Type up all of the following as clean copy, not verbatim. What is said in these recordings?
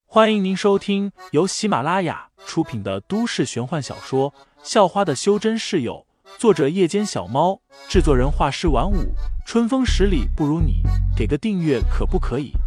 欢迎您收听由喜马拉雅出品的都市玄幻小说《校花的修真室友》，作者夜间小猫，制作人画师晚舞，春风十里不如你，给个订阅可不可以？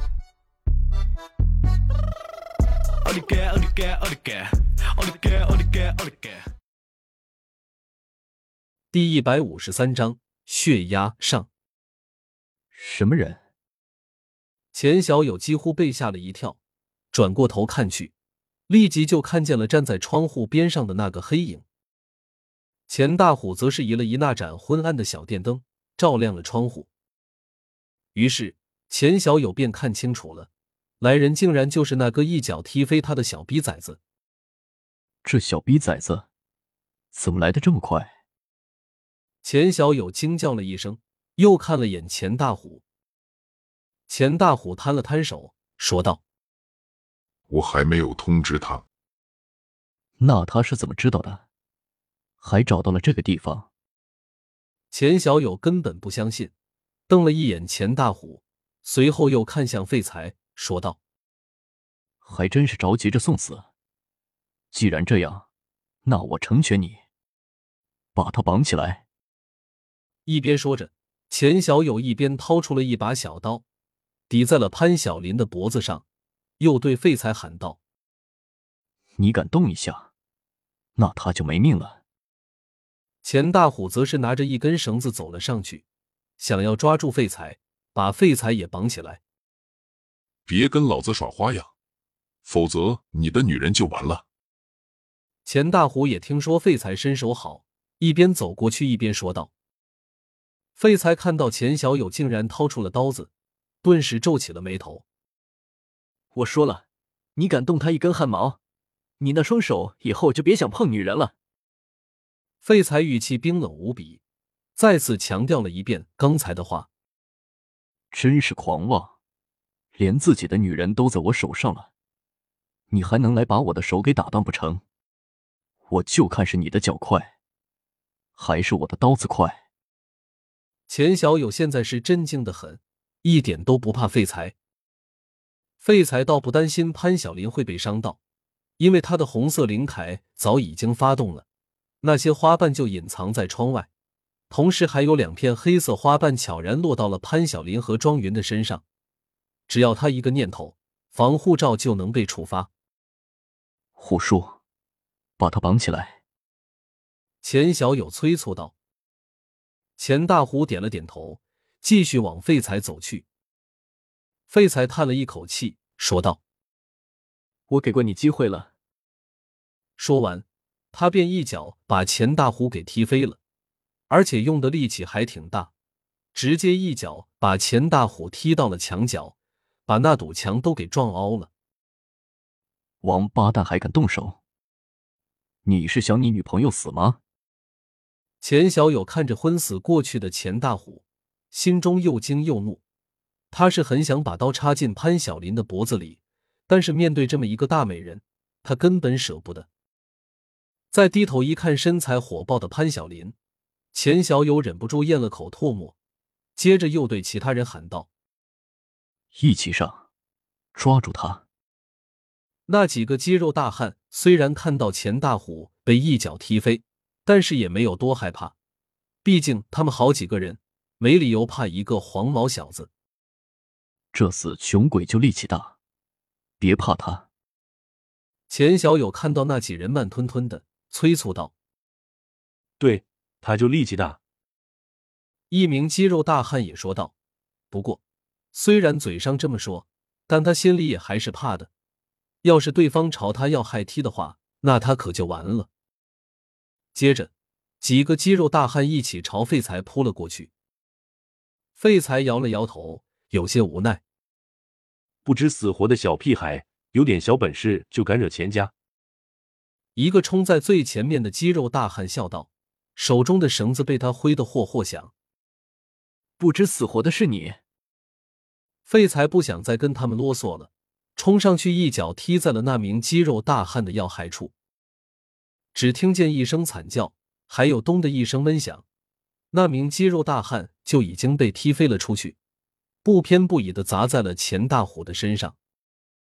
第153章血压上。 什么人？ 钱小友几乎被吓了一跳，转过头看去，立即就看见了站在窗户边上的那个黑影。钱大虎则是移了移那盏昏暗的小电灯，照亮了窗户。于是钱小友便看清楚了，来人竟然就是那个一脚踢飞他的小逼崽子。 这小逼崽子怎么来得这么快？ 钱小友惊叫了一声，又看了眼钱大虎。钱大虎摊了摊手，说道： 我还没有通知他。 那他是怎么知道的？还找到了这个地方？ 钱小友根本不相信，瞪了一眼钱大虎，随后又看向废材，说道： 还真是着急着送死。既然这样，那我成全你，把他绑起来。 一边说着，钱小友一边掏出了一把小刀，抵在了潘晓林的脖子上，又对废材喊道： 你敢动一下，那他就没命了。 钱大虎则是拿着一根绳子走了上去，想要抓住废材，把废材也绑起来。 别跟老子耍花样，否则你的女人就完了。 钱大虎也听说废材身手好，一边走过去一边说道。废材看到钱小友竟然掏出了刀子，顿时皱起了眉头。 我说了，你敢动他一根汗毛，你那双手以后就别想碰女人了。 废材语气冰冷无比，再次强调了一遍刚才的话。 真是狂妄，连自己的女人都在我手上了，你还能来把我的手给打断不成？我就看是你的脚快，还是我的刀子快。 钱小友现在是镇静得很，一点都不怕废材。废材倒不担心潘晓林会被伤到，因为他的红色灵铠早已经发动了，那些花瓣就隐藏在窗外，同时还有2片黑色花瓣悄然落到了潘晓林和庄云的身上，只要他一个念头，防护罩就能被触发。 虎叔，把他绑起来。 钱小友催促道。钱大虎点了点头，继续往废材走去。废材叹了一口气，说道： 我给过你机会了。 说完，他便一脚把钱大虎给踢飞了，而且用的力气还挺大，直接一脚把钱大虎踢到了墙角，把那堵墙都给撞凹了。 王八蛋还敢动手？你是想你女朋友死吗？ 钱小友看着昏死过去的钱大虎，心中又惊又怒。他是很想把刀插进潘晓林的脖子里，但是面对这么一个大美人，他根本舍不得。再低头一看身材火爆的潘晓林，钱小友忍不住咽了口唾沫，接着又对其他人喊道： 一起上，抓住他。 那几个肌肉大汉虽然看到钱大虎被一脚踢飞，但是也没有多害怕，毕竟他们好几个人，没理由怕一个黄毛小子。 这死穷鬼就力气大，别怕他。 钱小友看到那几人慢吞吞的，催促道： 对，他就力气大。 一名肌肉大汉也说道。不过虽然嘴上这么说，但他心里也还是怕的，要是对方朝他要害踢的话，那他可就完了。接着几个肌肉大汉一起朝废材扑了过去。废材摇了摇头，有些无奈。 不知死活的小屁孩，有点小本事就敢惹钱家。 一个冲在最前面的肌肉大汉笑道，手中的绳子被他挥得霍霍响。 不知死活的是你。 废材不想再跟他们啰嗦了，冲上去一脚踢在了那名肌肉大汉的要害处。只听见一声惨叫，还有咚的一声闷响，那名肌肉大汉就已经被踢飞了出去，不偏不倚地砸在了钱大虎的身上。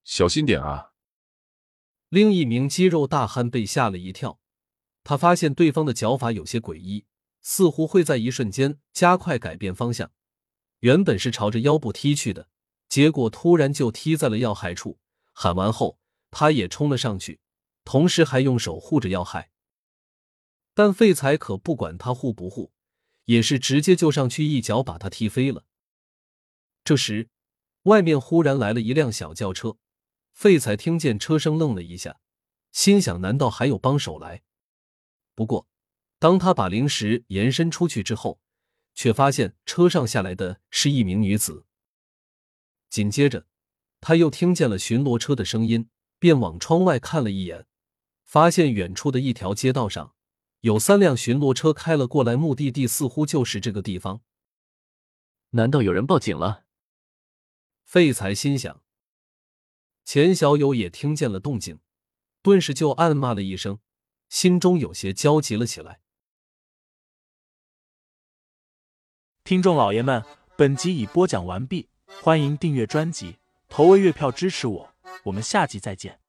小心点啊！ 另一名肌肉大汉被吓了一跳，他发现对方的脚法有些诡异，似乎会在一瞬间加快改变方向。原本是朝着腰部踢去的，结果突然就踢在了要害处。喊完后，他也冲了上去，同时还用手护着要害。但废材可不管他护不护，也是直接就上去一脚把他踢飞了。这时，外面忽然来了一辆小轿车，废材听见车声愣了一下，心想难道还有帮手来？不过，当他把灵石延伸出去之后，却发现车上下来的是一名女子。紧接着，他又听见了巡逻车的声音，便往窗外看了一眼，发现远处的一条街道上有3辆巡逻车开了过来，目的地似乎就是这个地方。 难道有人报警了？ 废材心想。钱小友也听见了动静，顿时就暗骂了一声，心中有些焦急了起来。 听众老爷们，本集已播讲完毕，欢迎订阅专辑，投喂月票支持我，我们下集再见。